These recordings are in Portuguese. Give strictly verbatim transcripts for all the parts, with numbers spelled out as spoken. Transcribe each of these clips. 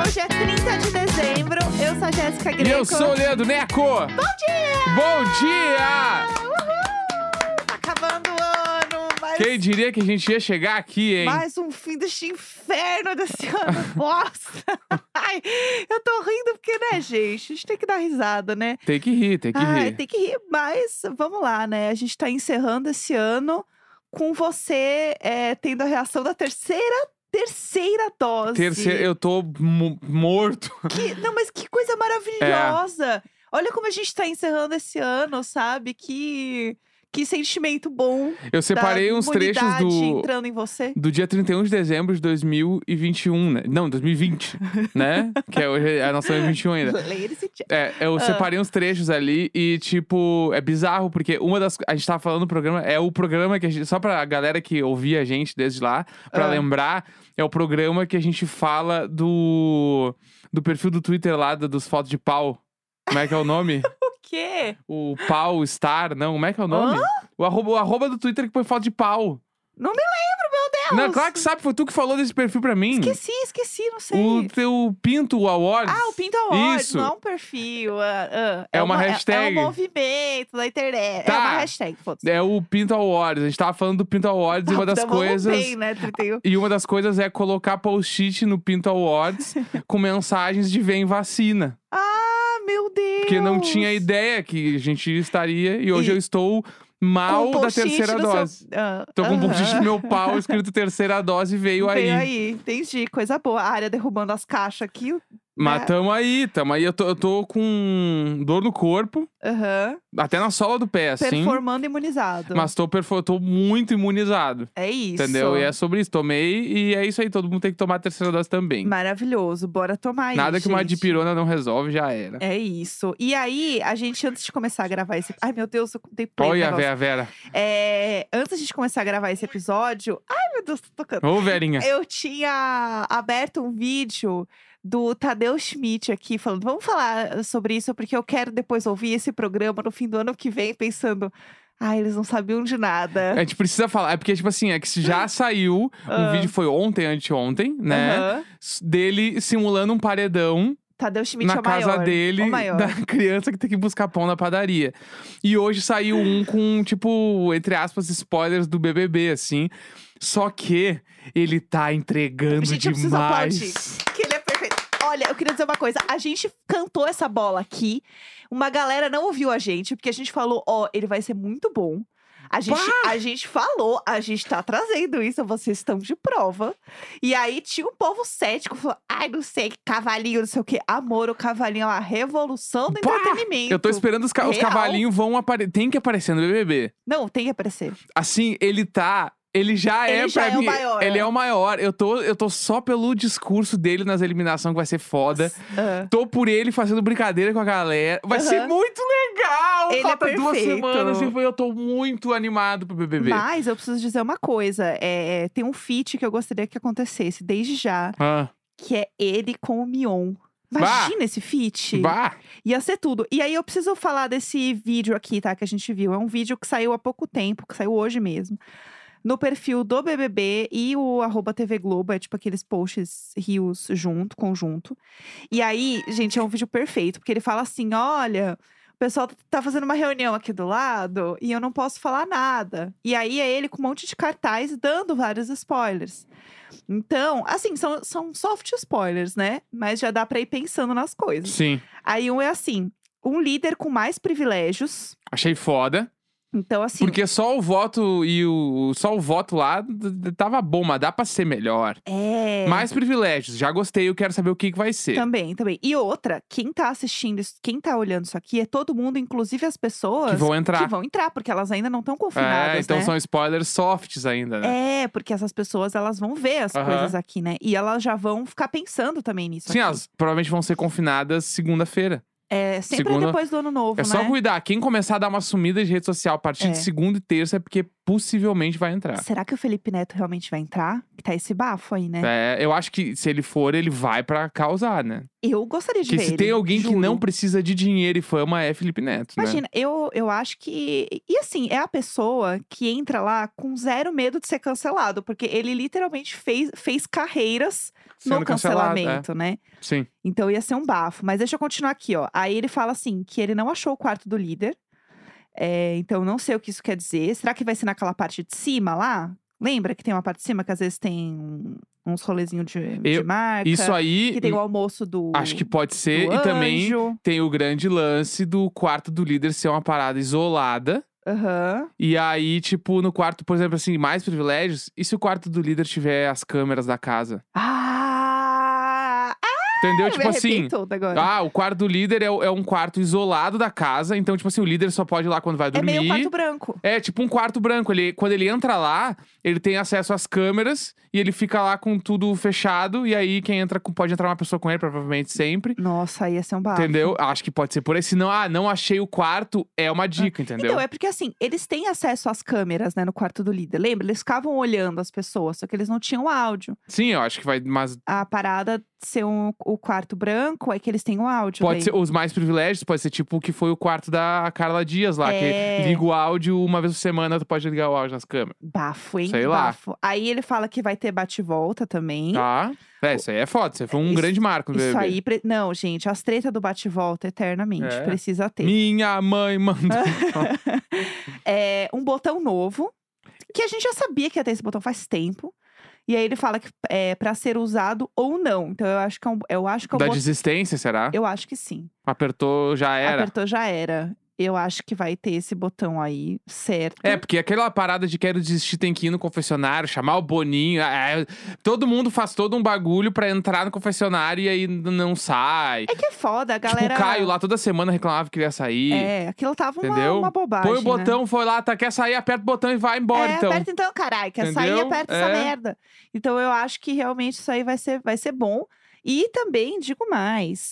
Hoje é trinta de dezembro, eu sou a Jéssica Greco. E eu sou o Leandro Neco. Bom dia! Bom dia! Uhul! Tá acabando o ano, mas... Quem diria que a gente ia chegar aqui, hein? Mais um fim deste inferno desse ano bosta. Ai, eu tô rindo porque, né, gente? A gente tem que dar risada, né? Tem que rir, tem que Ai, rir. tem que rir, mas vamos lá, né? A gente tá encerrando esse ano com você é, tendo a reação da terceira, terceira dose. Terceiro, eu tô mo- morto. Que- não, mas que coisa maravilhosa! Olha como a gente tá encerrando esse ano, sabe? Que, que sentimento bom. Eu separei da uns trechos imunidade do, entrando em você. do dia trinta e um de dezembro de dois mil e vinte e um, né? Não, dois mil e vinte, né? Que é hoje, a nossa dois mil e vinte e um ainda. Ladies and gentlemen. É, eu Ah. separei uns trechos ali e, tipo, é bizarro, porque uma das. A gente tava falando do programa, é o programa que a gente. Só pra galera que ouvia a gente desde lá, pra Ah. lembrar, é o programa que a gente fala do. Do perfil do Twitter lá, do- dos fotos de pau. Como é que é o nome? O quê? O pau star, não, como é que é o nome? O arroba, o arroba do Twitter que põe foto de pau. Não me lembro, meu Deus! Não, claro que sabe, foi tu que falou desse perfil pra mim. Esqueci, esqueci, não sei. O teu Pinto Awards. Ah, o Pinto Awards, Isso. não é um perfil. ah, ah, É uma é- hashtag. É, um movimento da internet. Tá. É uma hashtag, foda-se. É o Pinto Awards. A gente tava falando do Pinto Awards e uma das Então vamos coisas. bem, né, trinta e um. E uma das coisas é colocar post-it no Pinto Awards com mensagens de vem vacina. Ah, meu Deus! Porque não tinha ideia que a gente estaria. E hoje E- eu estou mal Com da post-it terceira no seu- dose. Ah, Tô com um aham. post-it no meu pau escrito terceira dose veio, Veio aí. aí, entendi. Coisa boa. A área derrubando as caixas aqui. Mas né? tamo aí, tamo aí. Eu tô, eu tô com dor no corpo, Aham. até na sola do pé, assim. Performando imunizado. Mas tô, perfo- tô muito imunizado. É isso. Entendeu? E é sobre isso. Tomei e é isso aí. Todo mundo tem que tomar a terceira dose também. Maravilhoso. Bora tomar aí, Nada que uma gente. dipirona não resolve, já era. É isso. E aí, a gente, antes de começar a gravar esse... Ai, meu Deus, eu dei play no Olha a negócio. Vera, Vera. É, Antes de gente começar a gravar esse episódio... Ai, meu Deus, tô tocando. Ô, Verinha. Eu tinha aberto um vídeo do Tadeu Schmidt aqui, falando, vamos falar sobre isso, porque eu quero depois ouvir esse programa no fim do ano que vem, pensando, ah, eles não sabiam de nada. A gente precisa falar. É porque, tipo assim, é que se já saiu. Um Ah. vídeo foi ontem, anteontem, né? Aham. S- Dele simulando um paredão Tadeu Schmidt na é o casa maior. dele, o maior. da criança que tem que buscar pão na padaria. E hoje saiu um com, tipo, entre aspas, spoilers do B B B, assim. Só que ele tá entregando Gente, eu preciso aplaudir, demais. que ele é perfeito. Olha, eu queria dizer uma coisa. A gente cantou essa bola aqui. Uma galera não ouviu a gente, porque a gente falou, ó, ele vai ser muito bom. A gente, a gente falou, a gente tá trazendo isso, vocês estão de prova. E aí tinha um povo cético, falou, ai, não sei, cavalinho, não sei o quê. Amor, o cavalinho é uma revolução do Pá! entretenimento. Eu tô esperando os, ca os Real. cavalinhos vão aparecer. Tem que aparecer no B B B. Não, tem que aparecer. Assim, ele tá. Ele já é, Ele já pra é o mim. maior. Ele é o maior. Eu tô, eu tô só pelo discurso dele nas eliminações, que vai ser foda. Ah. Tô por ele fazendo brincadeira com a galera. Vai Aham. ser muito legal! Ele é Falta duas perfeito. semanas e eu tô muito animado pro B B B. Mas eu preciso dizer uma coisa. É, é, tem um feat que eu gostaria que acontecesse desde já, Ah, que é ele com o Mion. Imagina esse feat. bah! Ia ser tudo. E aí eu preciso falar desse vídeo aqui, tá? Que a gente viu. É um vídeo que saiu há pouco tempo, que saiu hoje mesmo. No perfil do B B B e o arroba T V Globo. É tipo aqueles posts rios junto, conjunto. E aí, gente, é um vídeo perfeito. Porque ele fala assim, olha... O pessoal tá fazendo uma reunião aqui do lado e eu não posso falar nada. E aí é ele com um monte de cartaz dando vários spoilers. Então, assim, são, são soft spoilers, né? Mas já dá pra ir pensando nas coisas. Sim. Aí um é assim, um líder com mais privilégios. Achei foda. Então, assim, Porque só o voto e o. Só o voto lá d- d- tava bom, mas dá pra ser melhor. é... Mais privilégios. Já gostei, eu quero saber o que, que vai ser. Também, também. E outra, quem tá assistindo, isso- quem tá olhando isso aqui é todo mundo, inclusive as pessoas Que vão entrar. que vão entrar, porque elas ainda não estão confinadas, É, então né? são spoilers softs ainda, né? É, porque essas pessoas, elas vão ver as Aham. coisas aqui, né? E elas já vão ficar pensando também nisso Sim, aqui. elas provavelmente vão ser confinadas segunda-feira. É, sempre Segunda- é depois do ano novo, É só né? cuidar. Quem começar a dar uma sumida de rede social a partir É. de segunda e terça é porque possivelmente vai entrar. Será que o Felipe Neto realmente vai entrar? Que tá esse bafo aí, né? É, eu acho que se ele for, ele vai pra causar, né? Eu gostaria de Porque ver se ele, tem alguém que juro. não precisa de dinheiro e fama, é Felipe Neto, né? Imagina, eu, eu acho que. E assim, é a pessoa que entra lá com zero medo de ser cancelado, porque ele literalmente fez, fez carreiras Sendo no cancelado, é. cancelamento, né? Sim. Então ia ser um bafo. Mas deixa eu continuar aqui, ó. Aí ele fala assim: que ele não achou o quarto do líder. É, então não sei o que isso quer dizer. Será que vai ser naquela parte de cima lá? Lembra que tem uma parte de cima que às vezes tem um- uns rolezinhos de, de Eu- marca? Isso aí, Que tem o almoço do. acho que pode ser. do E também anjo. tem o grande lance do quarto do líder ser uma parada isolada. Aham. E aí, tipo, no quarto, por exemplo, assim, mais privilégios. E se o quarto do líder tiver as câmeras da casa? Ah! Entendeu? Eu tipo me arrepiei assim. toda agora. Ah, o quarto do líder é, o- é um quarto isolado da casa. Então, tipo assim, o líder só pode ir lá quando vai É dormir. meio quarto branco. É, tipo um quarto branco. Ele, quando ele entra lá, ele tem acesso às câmeras e ele fica lá com tudo fechado. E aí, quem entra com- pode entrar uma pessoa com ele, provavelmente sempre. Nossa, aí ia ser um bafo. Entendeu? Acho que pode ser por aí. Se não, ah, não achei o quarto, é uma dica, entendeu? Então, é porque assim, eles têm acesso às câmeras, né, no quarto do líder. Lembra? Eles ficavam olhando as pessoas, só que eles não tinham áudio. Sim, eu acho que vai. Mas A parada de ser um- o quarto branco é que eles têm o áudio. pode daí. ser os mais privilégios, pode ser tipo o que foi o quarto da Carla Dias lá, É. que liga o áudio uma vez por semana, tu pode ligar o áudio nas câmeras. Bafo, hein? Sei lá. Bafo. Aí ele fala que vai ter bate-volta também. Tá? É, isso aí é foda. Isso aí foi um Isso- grande marco no Isso B B B. aí. pre- Não, gente, as tretas do bate-volta eternamente. É. Precisa ter. Minha mãe mandou. É um botão novo, que a gente já sabia que ia ter esse botão faz tempo. E aí ele fala que é pra ser usado ou não. Então eu acho que é um, eu acho que é um Da botão. desistência, será? Eu acho que sim. Apertou, já era. Apertou, já era. Eu acho que vai ter esse botão aí, certo? É, porque aquela parada de quero desistir tem que ir no confessionário, chamar o Boninho. é, todo mundo faz todo um bagulho pra entrar no confessionário e aí n- não sai. É que é foda, a galera. Tipo, o Caio lá toda semana reclamava que queria sair. É, aquilo tava uma, Entendeu? uma bobagem. Põe o né? botão, foi lá, tá, quer sair, aperta o botão e vai embora, é, então. aperta então, caralho. Quer sair, Entendeu? aperta essa É. merda. Então eu acho que realmente isso aí vai ser, vai ser bom. E também, digo mais,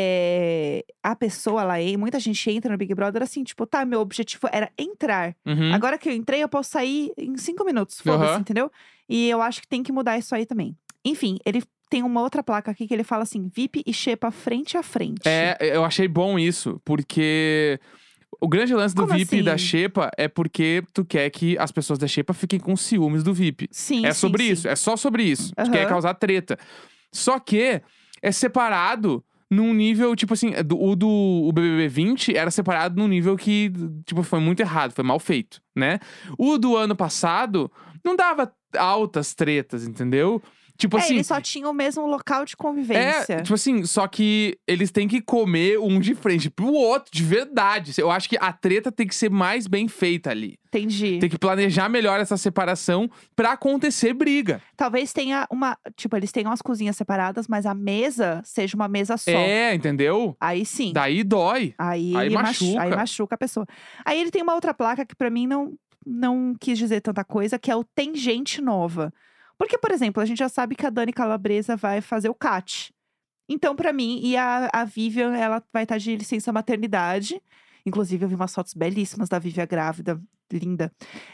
é, a pessoa lá, hein, muita gente entra no Big Brother assim, tipo, tá, meu objetivo era entrar. Uhum. Agora que eu entrei, eu posso sair em cinco minutos, foda-se, Aham. entendeu? E eu acho que tem que mudar isso aí também. Enfim, ele tem uma outra placa aqui que ele fala assim, V I P e Xepa frente a frente. É, eu achei bom isso, porque o grande lance do Como V I P e da assim? Xepa é porque tu quer que as pessoas da Xepa fiquem com ciúmes do V I P. Sim, É sim, sobre sim. isso, é só sobre isso. Tu Aham. quer causar treta. Só que é separado num nível, tipo assim, do- o do o B B B vinte era separado num nível que, tipo, foi muito errado, foi mal feito, né? O do ano passado não dava altas tretas, entendeu? Tipo É, assim, eles só tinham o mesmo local de convivência. é, tipo assim, só que eles têm que comer um de frente pro outro, de verdade. Eu acho que a treta tem que ser mais bem feita ali. Entendi. Tem que planejar melhor essa separação pra acontecer briga. Talvez tenha uma. Tipo, eles tenham as cozinhas separadas, mas a mesa seja uma mesa só. É, entendeu? Aí sim. Daí dói. Aí, aí machu- machuca. aí machuca a pessoa. Aí ele tem uma outra placa que pra mim não, não quis dizer tanta coisa, que é o Tem Gente Nova. Porque, por exemplo, a gente já sabe que a Dani Calabresa vai fazer o Cat. Então, pra mim, e a, a Vivian, ela vai estar de licença maternidade. Inclusive, eu vi umas fotos belíssimas da Vivian grávida, linda.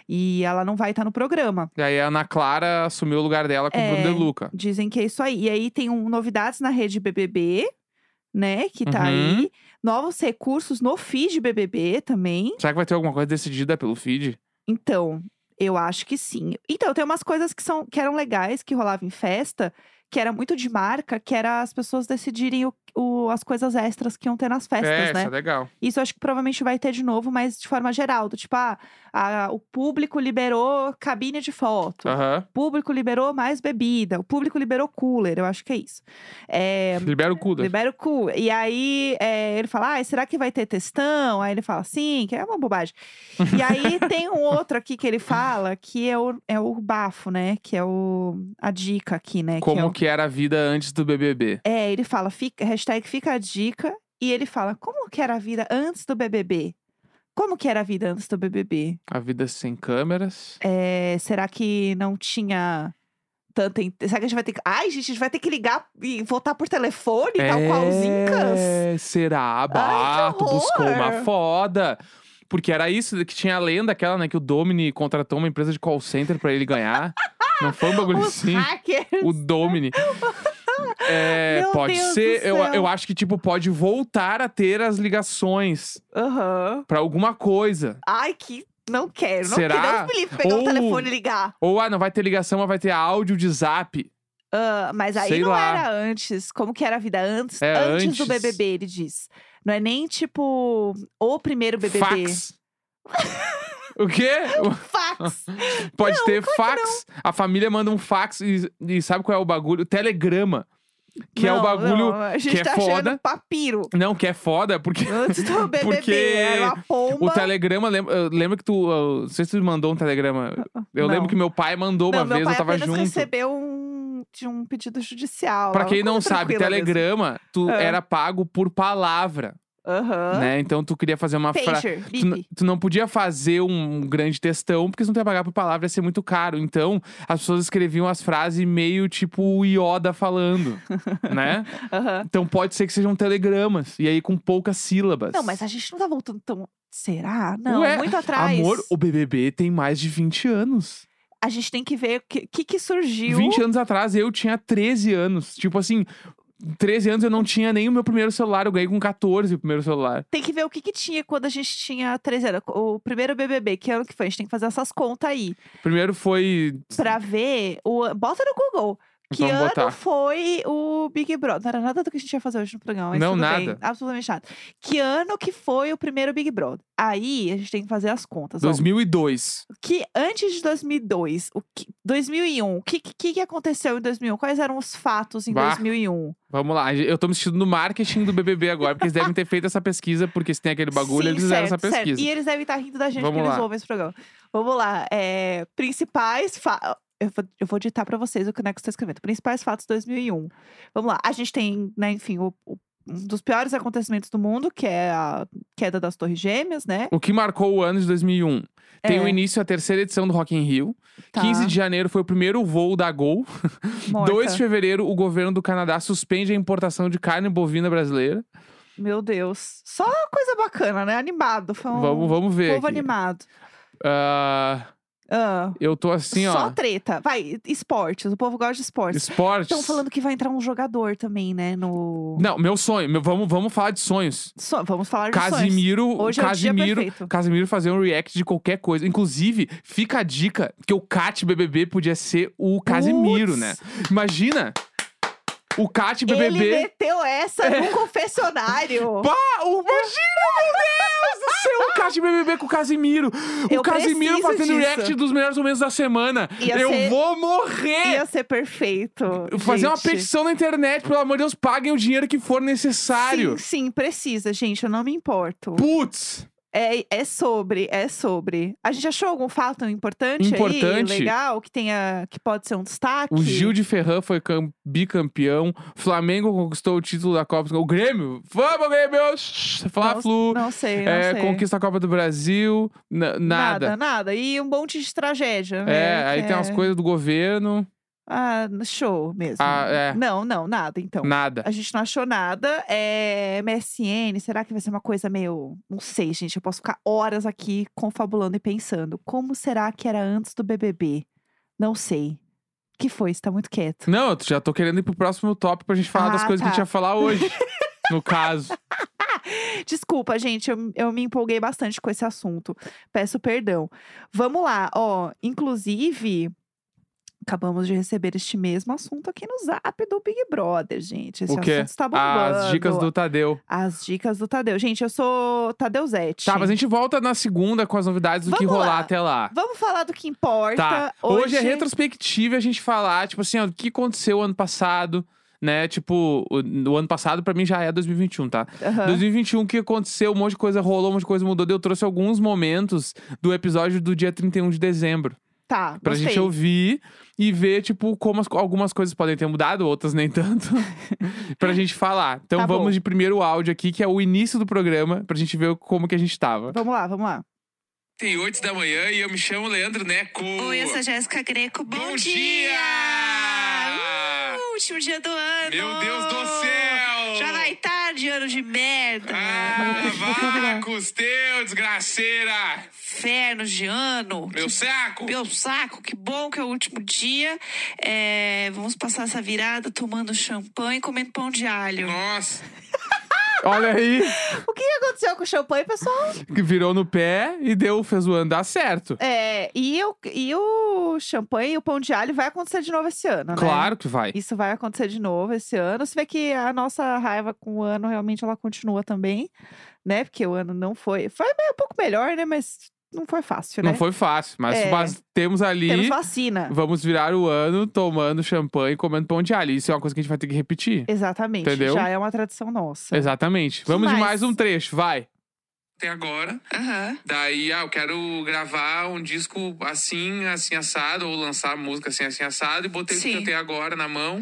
E ela não vai estar no programa. E aí a Ana Clara assumiu o lugar dela com o É. Bruno De Luca. Dizem que é isso aí. E aí tem um, novidades na rede B B B, né? Que tá Uhum. aí. Novos recursos no feed B B B também. Será que vai ter alguma coisa decidida pelo feed? Então, eu acho que sim. Então, tem umas coisas que, são, que eram legais, que rolavam em festa, que era muito de marca, que era as pessoas decidirem o, o- as coisas extras que iam ter nas festas, é, né? isso é legal. Isso eu acho que provavelmente vai ter de novo, mas de forma geral. Do tipo, ah, a- o público liberou cabine de foto. Aham. O público liberou mais bebida. O público liberou cooler. Eu acho que é isso. É, Libera o cooler. libera o cooler. E aí é, ele fala, ah, será que vai ter textão? Aí ele fala, sim, que é uma bobagem. E aí tem um outro aqui que ele fala, que é o, é o bafo, né? Que é o, a dica aqui, né? que é, Como o- que era a vida antes do B B B. é, ele fala, fica, hashtag fica a dica. E ele fala, como que era a vida antes do B B B? Como que era a vida antes do B B B? A vida sem câmeras. É, será que não tinha tanta... in- Será que a gente vai ter que... Ai, gente, a gente vai ter que ligar e votar por telefone, tal qual os incas? É, será? Bah, tu buscou uma horror. foda. Porque era isso, que tinha a lenda aquela, né? Que o Domini contratou uma empresa de call center pra ele ganhar. Não foi um bagulho Os assim. hackers. O Domini. É, Meu pode Deus ser. do Eu, céu. eu acho que, tipo, pode voltar a ter as ligações Aham. pra alguma coisa. Ai, que... Não quero. Não Será? quero. Deus me livre pegar Ou- o telefone e ligar. Ou, ah, não vai ter ligação, mas vai ter áudio de zap. Ah, mas aí Sei não lá. era antes. Como que era a vida antes? É, antes, do antes. B B B, ele diz. Não é nem, tipo, o primeiro B B B. Fax. O quê? Fax. Pode Não, ter claro que fax. A família manda um fax e, e sabe qual é o bagulho? Telegrama. Que é o Não, bagulho não, a gente que é tá foda. achando papiro. Não, que é foda, porque Antes do B B B, Porque era uma pomba. o telegrama, lembra, eu lembro que tu, eu não sei se tu mandou um telegrama. Eu Não. lembro que meu pai mandou Não, uma meu vez, pai eu tava apenas junto. recebeu um, de um pedido judicial. Pra uma quem não coisa sabe, tranquila mesmo. telegrama, tu Ah. era pago por palavra, Aham. né? Então tu queria fazer uma frase. Pager, Tu, n- bip. tu não podia fazer um grande textão, porque se não tu ia pagar por palavra ia ser muito caro. Então, as pessoas escreviam as frases meio tipo o Yoda falando, né? Aham. Então pode ser que sejam telegramas, e aí com poucas sílabas. Não, mas a gente não tá voltando tão... Será? Não, Ué, muito atrás. Amor, o B B B tem mais de vinte anos. A gente tem que ver o que, que que surgiu. vinte anos atrás, eu tinha treze anos. Tipo assim, treze anos eu não tinha nem o meu primeiro celular. Eu ganhei com catorze o primeiro celular. Tem que ver o que que tinha quando a gente tinha treze anos. O primeiro B B B, que ano que foi? A gente tem que fazer essas contas aí. Primeiro foi. Pra ver, o... bota no Google. Que Vamos ano botar. foi o Big Brother? Não era nada do que a gente ia fazer hoje no programa, mas Não, tudo nada. bem. Absolutamente nada. Que ano que foi o primeiro Big Brother? Aí, a gente tem que fazer as contas. ó. dois mil e dois. Que antes de dois mil e dois, o que, dois mil e um, o que, que, que aconteceu em dois mil e um? Quais eram os fatos em Bah. dois mil e um? Vamos lá. Eu tô me sentindo no marketing do B B B agora, porque eles devem ter feito essa pesquisa, porque se tem aquele bagulho, Sim, eles fizeram certo, essa certo. pesquisa. E eles devem estar rindo da gente, Vamos porque eles lá. ouvem esse programa. Vamos lá. É, principais fatos. Eu vou, eu vou ditar pra vocês o que o Neco está escrevendo. Principais fatos dois mil e um. Vamos lá. A gente tem, né, enfim, o, o- um dos piores acontecimentos do mundo, que é a queda das Torres Gêmeas, né? O que marcou o ano de dois mil e um? Tem É. o início, a terceira edição do Rock in Rio. Tá. quinze de janeiro foi o primeiro voo da Gol. Morta. dois de fevereiro, o governo do Canadá suspende a importação de carne bovina brasileira. Meu Deus. Só coisa bacana, né? Animado. Foi um Vamos, vamos ver povo aqui. animado. Ah, Ah, eu tô assim, só ó. treta. Vai, esportes. O povo gosta de esportes. Esportes. Estão falando que vai entrar um jogador também, né? No. Não, meu sonho. meu- vamos, vamos falar de sonhos. So- Vamos falar de sonhos. Casimiro, Hoje é o dia Casimiro, perfeito. Casimiro fazer um react de qualquer coisa. Inclusive, fica a dica que o Cat B B B podia ser o Casimiro, Puts. né? Imagina o Cat B B B. Ele meteu essa no confessionário. Pá, o- imagina, meu Deus do céu, o Cat B B B com o Casimiro. O Eu Casimiro preciso fazendo disso. react dos melhores momentos da semana. Ia Eu ser- vou morrer. Ia ser perfeito. Fazer uma gente. petição na internet, pelo amor de Deus, paguem o dinheiro que for necessário. Sim, sim, precisa, gente. Eu não me importo. Putz, É, é sobre, é sobre. A gente achou algum fato importante, Importante? aí? Legal, que tenha, que pode ser um destaque? o Gil de Ferran foi cam- bicampeão. Flamengo conquistou o título da Copa. O Grêmio, vamos, Grêmio! Fla-Flu. Não, não sei, não É, sei. conquista a Copa do Brasil. N- nada. Nada, nada. E um monte de tragédia, né? É, aí que tem umas é- coisas do governo. Ah, show mesmo. Ah, é. Não, não, nada, então. Nada. A gente não achou nada. É, M S N, será que vai ser uma coisa meio. Não sei, gente. Eu posso ficar horas aqui confabulando e pensando. Como será que era antes do B B B? Não sei. O que foi? Você tá muito quieto. Não, eu já tô querendo ir pro próximo tópico pra gente falar das Ah, coisas que a gente tá. ia falar hoje. No caso. Desculpa, gente, eu, eu me empolguei bastante com esse assunto. Peço perdão. Vamos lá, ó. Inclusive, acabamos de receber este mesmo assunto aqui no zap do Big Brother, gente. Esse O quê? assunto está bombando. As dicas do Tadeu. As dicas do Tadeu. Gente, eu sou Tadeuzete. Tá, mas a gente volta na segunda com as novidades do que Vamos rolar lá. até lá. Vamos falar do que importa. Tá. Hoje... é retrospectiva a gente falar, tipo assim, ó, o que aconteceu ano passado, né? Tipo, o, o ano passado pra mim já é dois mil e vinte e um, tá? Aham. dois mil e vinte e um, o que aconteceu? Um monte de coisa rolou, um monte de coisa mudou. Eu trouxe alguns momentos do episódio do dia trinta e um de dezembro. Tá, Pra gostei. gente ouvir e ver, tipo, como as- algumas coisas podem ter mudado, outras nem tanto. Pra gente falar. Então Tá vamos bom. de primeiro áudio aqui, que é o início do programa, pra gente ver como que a gente tava. Vamos lá, vamos lá. Tem oito da manhã e eu me chamo Leandro Neco. Oi, eu sou a Jéssica Greco. Bom, Bom dia! dia! último dia do ano. Meu Deus do céu! Já vai tarde, ano de merda. Ah, vacos teu, desgraceira! Infernos de ano. Meu saco! Meu saco, que bom que é o último dia. É, vamos passar essa virada tomando champanhe e comendo pão de alho. Nossa! Olha aí, O que aconteceu com o champanhe, pessoal? que virou no pé e deu, fez o ano dar certo. É, e o, e o champanhe e o pão de alho vai acontecer de novo esse ano, né? Claro que vai. Isso vai acontecer de novo esse ano. Você vê que a nossa raiva com o ano realmente ela continua também, né? Porque o ano não foi. Foi meio um pouco melhor, né? Mas não foi fácil, né? Não foi fácil, mas, É. mas temos ali. Temos vacina. Vamos virar o ano tomando champanhe e comendo pão de alho. Isso é uma coisa que a gente vai ter que repetir. Exatamente. Entendeu? Já é uma tradição nossa. Exatamente. Vamos de mais? mais um trecho, vai. Até agora. Aham. Daí, ah, eu quero gravar um disco assim, assim, assado, ou lançar música assim, assim, assado, e botei o Sim. que eu tenho agora na mão.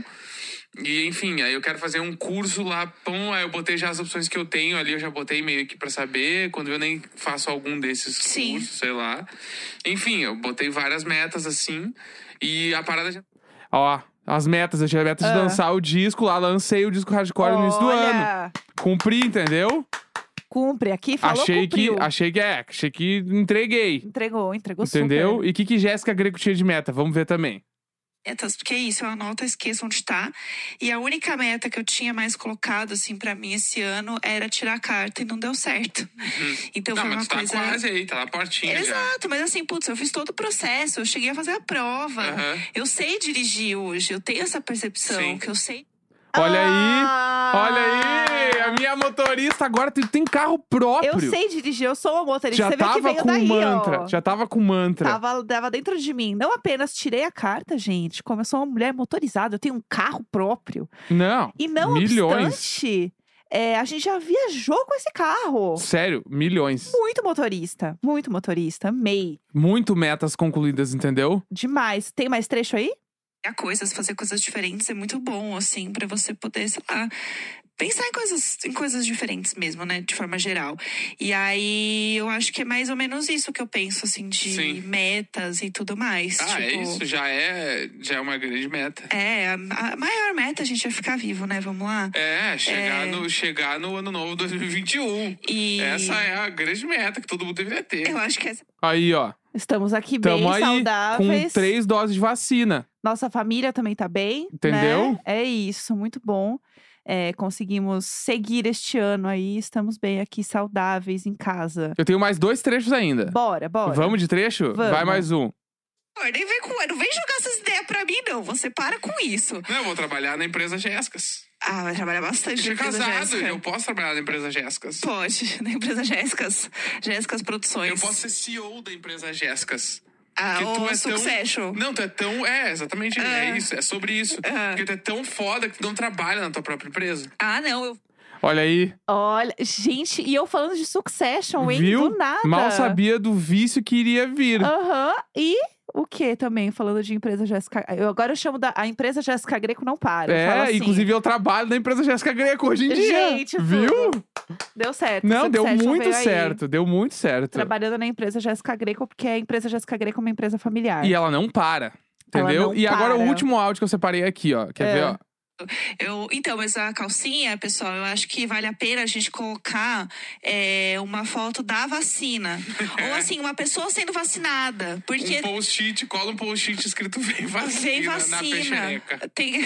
E, enfim, aí eu quero fazer um curso lá, pão, aí eu botei já as opções que eu tenho ali, eu já botei meio que pra saber, quando eu nem faço algum desses Sim. cursos, sei lá. Enfim, eu botei várias metas assim, e a parada já... Ó, as metas. Eu tinha a meta de Ah. lançar o disco lá. Lancei o disco hardcore no início do ano. Olha, Cumpri, entendeu? cumpre. Aqui falou, achei que, cumpriu. achei que é. Achei que entreguei. Entregou, entregou Entendeu? super. E o que, que Jéssica Greco tinha de meta? Vamos ver também. Metas, porque é isso, eu anoto, esqueço onde tá. E a única meta que eu tinha mais colocado, assim, pra mim esse ano era tirar a carta e não deu certo. Então Não, foi mas uma tu tá coisa. quase aí, tá na portinha já. Exato, mas assim, putz, eu fiz todo o processo, eu cheguei a fazer a prova. Aham. Eu sei dirigir hoje, eu tenho essa percepção, Sim. que eu sei. Olha aí. Ah! Olha aí. A minha motorista agora tem, tem carro próprio. Eu sei dirigir, eu sou uma motorista. Já Você vê que tava veio com daí, mantra. ó. Já tava com mantra. Tava, tava dentro de mim. Não apenas tirei a carta, gente, como eu sou uma mulher motorizada, eu tenho um carro próprio. Não. E não milhões. obstante, é, a gente já viajou com esse carro. Sério, milhões. Muito motorista, muito motorista. Amei. Muito metas concluídas, entendeu? Demais. Tem mais trecho aí? Criar coisas, fazer coisas diferentes é muito bom, assim, pra você poder, sei lá, pensar em coisas, em coisas diferentes mesmo, né, de forma geral. E aí, eu acho que é mais ou menos isso que eu penso, assim, de Sim. metas e tudo mais. Ah, tipo, é isso, já é, já é uma grande meta. É, a, a maior meta a gente é ficar vivo, né, vamos lá. É, chegar, É. No, chegar no ano novo dois mil e vinte e um. E Essa é a grande meta que todo mundo deveria ter. eu acho que essa Aí, ó. Estamos aqui bem Tamo aí com saudáveis. três doses de vacina. Nossa família também tá bem. Entendeu? Né? É isso, muito bom. É, conseguimos seguir este ano aí. Estamos bem aqui, saudáveis, em casa. Eu tenho mais dois trechos ainda. Bora, bora. Vamos de trecho? Vamos. Vai mais um. Pô, nem vem com, não vem jogar essas ideias pra mim, não. Você para com isso. Não, eu vou trabalhar na empresa Jéssicas. Ah, vai trabalhar bastante Eu na sou empresa casado, Jéssica. eu posso trabalhar na empresa Jéssicas. Pode, na empresa Jéssicas. Jéssicas Produções. Eu posso ser C E O da empresa Jéssicas. Ah, Porque tu o é tão- Succession. Não, tu é tão... É, exatamente, Ah. é isso, é sobre isso. Ah. Porque tu é tão foda que tu não trabalha na tua própria empresa. Ah, não, eu... Olha aí. Olha, gente, e eu falando de Succession, hein? Viu? Do nada. Mal sabia do vício que iria vir. Aham. E o que também, falando de empresa Jéssica... Eu, agora eu chamo da... A empresa Jéssica Greco não para. Eu falo É, assim, inclusive eu trabalho na empresa Jéssica Greco hoje em dia. Gente, viu? tudo. Deu certo. Não, deu Succession muito veio aí. certo. Deu muito certo. Trabalhando na empresa Jéssica Greco, porque a empresa Jéssica Greco é uma empresa familiar. E ela não para. Ela Entendeu? não e agora o para. último áudio que eu separei aqui, ó. Quer É. ver, ó? eu... Então, mas a calcinha, pessoal, eu acho que vale a pena a gente colocar é, uma foto da vacina. Ou assim, uma pessoa sendo vacinada. Porque Um post-it, cola um post-it escrito vem vacina, vem na vacina. peixereca. Tem...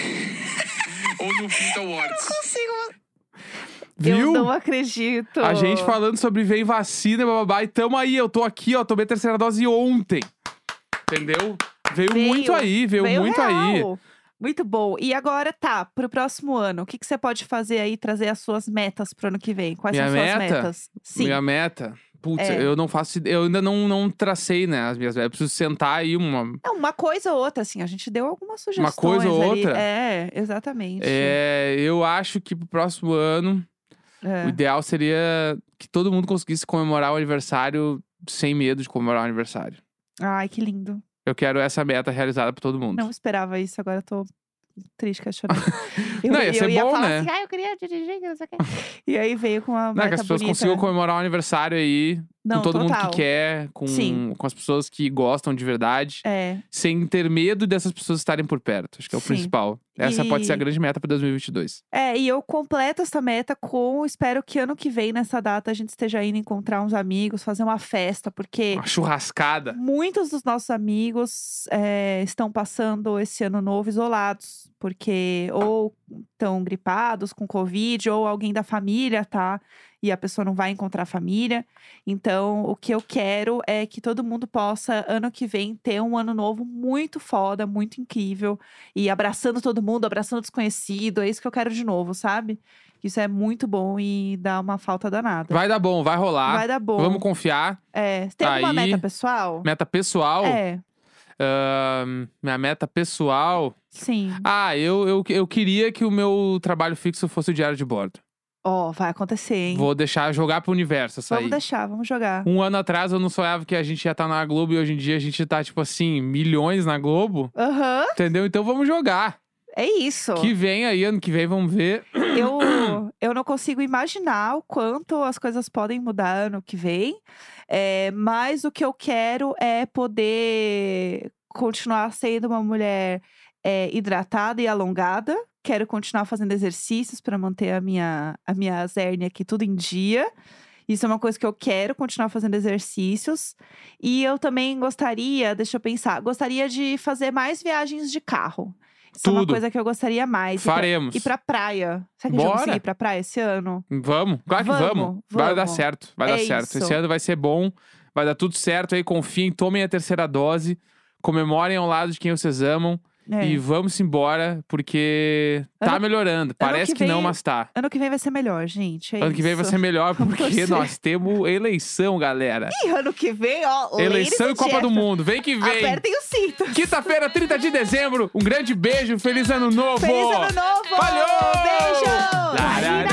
Ou no Pinta Awards. consigo... Viu? Eu não acredito. A gente falando sobre vem vacina, bababá. E tamo aí, eu tô aqui, ó. Tomei a terceira dose ontem. Entendeu? Veio, Veio, muito aí, veio, veio muito aí. real. Muito bom. E agora tá, pro próximo ano, o que, que você pode fazer aí, trazer as suas metas pro ano que vem? Quais Minha são as suas meta? metas? Sim. Minha meta. Putz, É. eu não faço. ide- Eu ainda não, não tracei, né? As minhas metas. Eu preciso sentar aí uma. É uma coisa ou outra, assim, a gente deu algumas sugestões coisa ou ali. outra? É, exatamente. É, eu acho que pro próximo ano, É. o ideal seria que todo mundo conseguisse comemorar o aniversário sem medo de comemorar o aniversário. Ai, que lindo. Eu quero essa meta realizada por todo mundo. Não esperava isso, agora eu tô triste, questionando. Eu, Não, ia ser eu ia bom, falar né? assim, ah, eu queria dirigir, que não sei o quê. E aí veio com a Não, é que meta as pessoas bonita. consigam comemorar o aniversário aí Não, com todo mundo total. que quer, com, Sim. com as pessoas que gostam de verdade. É. Sem ter medo dessas pessoas estarem por perto. Acho que é o Sim. principal. Essa E- pode ser a grande meta pra dois mil e vinte e dois. É, e eu completo essa meta com. Espero que ano que vem, nessa data, a gente esteja indo encontrar uns amigos, fazer uma festa, porque. Uma churrascada. Muitos dos nossos amigos é, estão passando esse ano novo isolados, porque ou estão gripados com Covid, ou alguém da família tá, e a pessoa não vai encontrar a família. Então, o que eu quero é que todo mundo possa, ano que vem, ter um ano novo muito foda, muito incrível, e abraçando todo mundo, abraçando o desconhecido. É isso que eu quero de novo, sabe? Isso é muito bom e dá uma falta danada. Vai dar bom, vai rolar. Vai dar bom. Vamos confiar. É, tem alguma Aí- meta pessoal? Meta pessoal. É, ahn, minha meta pessoal. sim. Ah, eu, eu, eu queria que o meu trabalho fixo fosse o diário de bordo. Ó, vai acontecer, hein? Vou deixar jogar pro universo essa aí. Vamos deixar, vamos jogar. Um ano atrás eu não sonhava que a gente ia estar na Globo e hoje em dia a gente tá, tipo assim, milhões na Globo. Aham, Entendeu? Então vamos jogar. é isso. Que vem aí, ano que vem, vamos ver. Eu, eu não consigo imaginar o quanto as coisas podem mudar ano que vem. É, mas o que eu quero é poder continuar sendo uma mulher é, hidratada e alongada. Quero continuar fazendo exercícios para manter a minha, a minha hérnia aqui tudo em dia. Isso é uma coisa que eu quero continuar fazendo exercícios. E eu também gostaria, deixa eu pensar, gostaria de fazer mais viagens de carro. Isso é uma Tudo. coisa que eu gostaria mais. Ir pra- Faremos. Ir pra praia. Será que a gente vai Bora. conseguir ir pra praia esse ano? Vamos, claro que Vamos, vamos. Vai dar vamos. certo, vai É dar certo. isso. Esse ano vai ser bom, vai dar tudo certo aí, confiem, tomem a terceira dose, comemorem ao lado de quem vocês amam É. e vamos embora, porque tá Ano- melhorando. Parece que que, não, vem- mas tá. Ano que vem vai ser melhor, gente. É Ano que vem vai isso. ser melhor, Vamos porque torcer. nós temos eleição, galera. E ano que vem, ó, Eleição e ladies and Copa do gentlemen, Mundo, vem que vem. Apertem o cinto. Quinta-feira, trinta de dezembro, um grande beijo, feliz ano novo! Feliz ano novo! Valeu! Beijo! Larará.